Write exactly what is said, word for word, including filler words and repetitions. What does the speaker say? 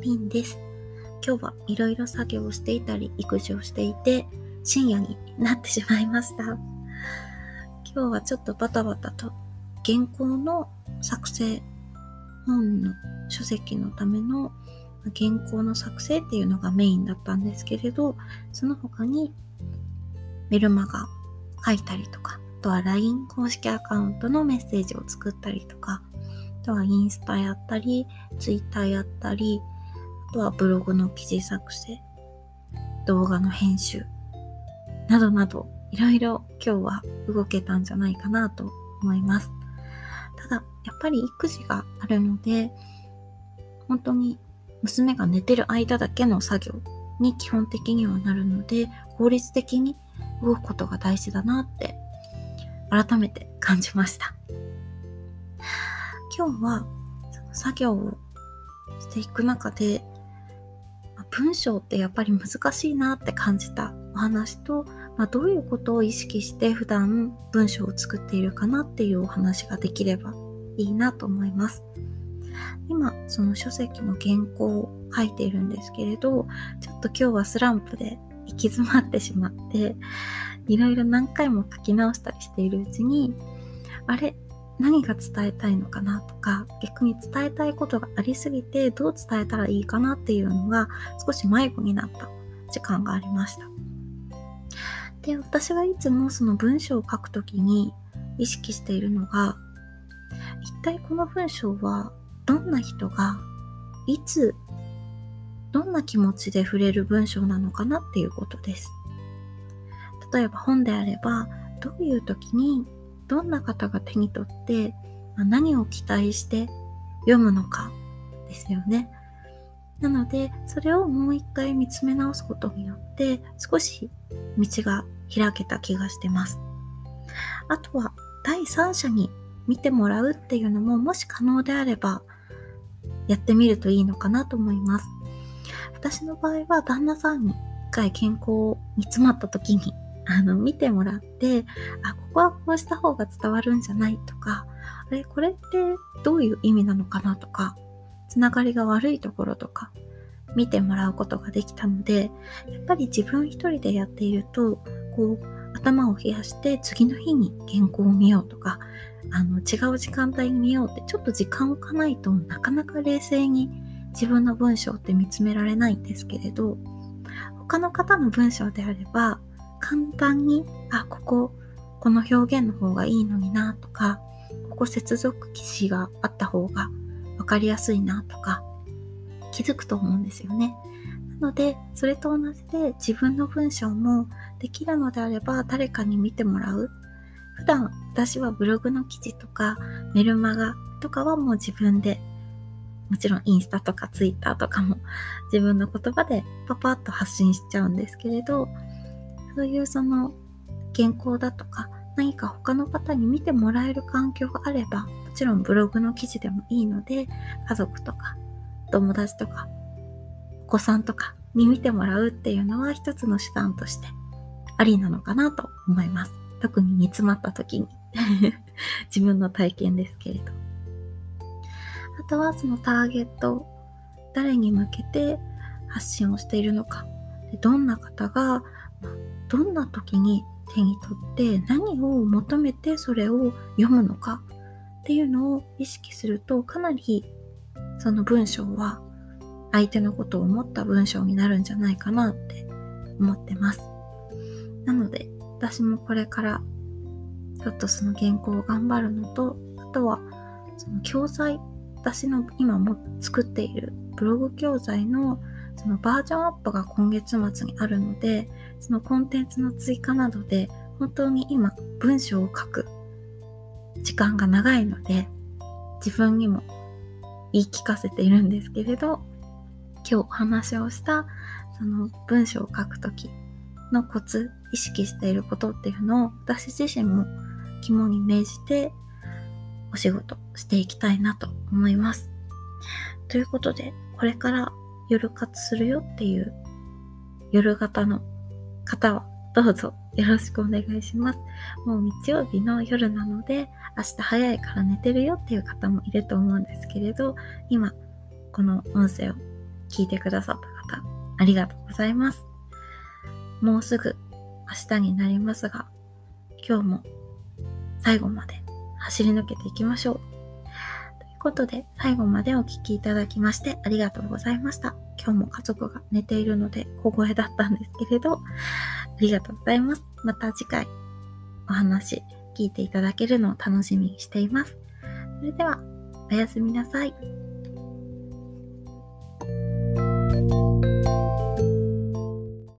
りんです。今日はいろいろ作業をしていたり育児をしていて深夜になってしまいました。今日はちょっとバタバタと原稿の作成、本の書籍のための原稿の作成っていうのがメインだったんですけれど、その他にメルマガ書いたりとか、あとは ライン 公式アカウントのメッセージを作ったりとか、あとはインスタやったり、ツイッターやったり、あとはブログの記事作成、動画の編集などなど、いろいろ今日は動けたんじゃないかなと思います。ただやっぱり育児があるので、本当に娘が寝てる間だけの作業に基本的にはなるので、効率的に動くことが大事だなって改めて感じました。今日はその作業をしていく中で、文章ってやっぱり難しいなって感じたお話と、まあ、どういうことを意識して普段文章を作っているかなっていうお話ができればいいなと思います。今その書籍の原稿を書いているんですけれど、ちょっと今日はスランプで行き詰まってしまって、いろいろ何回も書き直したりしているうちに、あれ何が伝えたいのかなとか、逆に伝えたいことがありすぎてどう伝えたらいいかなっていうのが少し迷子になった時間がありました。で、私はいつもその文章を書くときに意識しているのが、一体この文章はどんな人がいつどんな気持ちで触れる文章なのかなっていうことです。例えば本であれば、どういう時にどんな方が手に取って何を期待して読むのかですよね。なのでそれをもう一回見つめ直すことによって少し道が開けた気がしてます。あとは第三者に見てもらうっていうのも、もし可能であればやってみるといいのかなと思います。私の場合は旦那さんに一回健康に詰まった時にあの見てもらって、あ、ここはこうした方が伝わるんじゃないとか、あれこれってどういう意味なのかなとか、つながりが悪いところとか見てもらうことができたので、やっぱり自分一人でやっているとこう頭を冷やして次の日に原稿を見ようとか、あの違う時間帯に見ようってちょっと時間を置かないとなかなか冷静に自分の文章って見つめられないんですけれど、他の方の文章であれば簡単に、あ、こここの表現の方がいいのになとか、ここ接続詞があった方が分かりやすいなとか気づくと思うんですよね。なのでそれと同じで、自分の文章もできるのであれば誰かに見てもらう。普段私はブログの記事とかメルマガとかはもう自分で、もちろんインスタとかツイッターとかも自分の言葉でパパッと発信しちゃうんですけれど、そういうその原稿だとか何か他の方に見てもらえる環境があれば、もちろんブログの記事でもいいので、家族とか友達とかお子さんとかに見てもらうっていうのは一つの手段としてありなのかなと思います。特に煮詰まった時に自分の体験ですけれど、あとはそのターゲット、誰に向けて発信をしているのか、どんな方がどんな時に手に取って何を求めてそれを読むのかっていうのを意識すると、かなりその文章は相手のことを思った文章になるんじゃないかなって思ってます。なので私もこれからちょっとその原稿を頑張るのと、あとはその教材、私の今も作っているブログ教材のそのバージョンアップが今月末にあるので、そのコンテンツの追加などで本当に今文章を書く時間が長いので、自分にも言い聞かせているんですけれど、今日お話をしたその文章を書くときのコツ、意識していることっていうのを私自身も肝に銘じてお仕事していきたいなと思います。ということで、これから夜活するよっていう夜型の方はどうぞよろしくお願いします。もう日曜日の夜なので、明日早いから寝てるよっていう方もいると思うんですけれど、今この音声を聞いてくださった方、ありがとうございます。もうすぐ明日になりますが、今日も最後まで走り抜けていきましょう。ということで、最後までお聞きいただきましてありがとうございました。今日も家族が寝ているので小声だったんですけれど、ありがとうございます。また次回お話聞いていただけるのを楽しみにしています。それでは、おやすみなさい。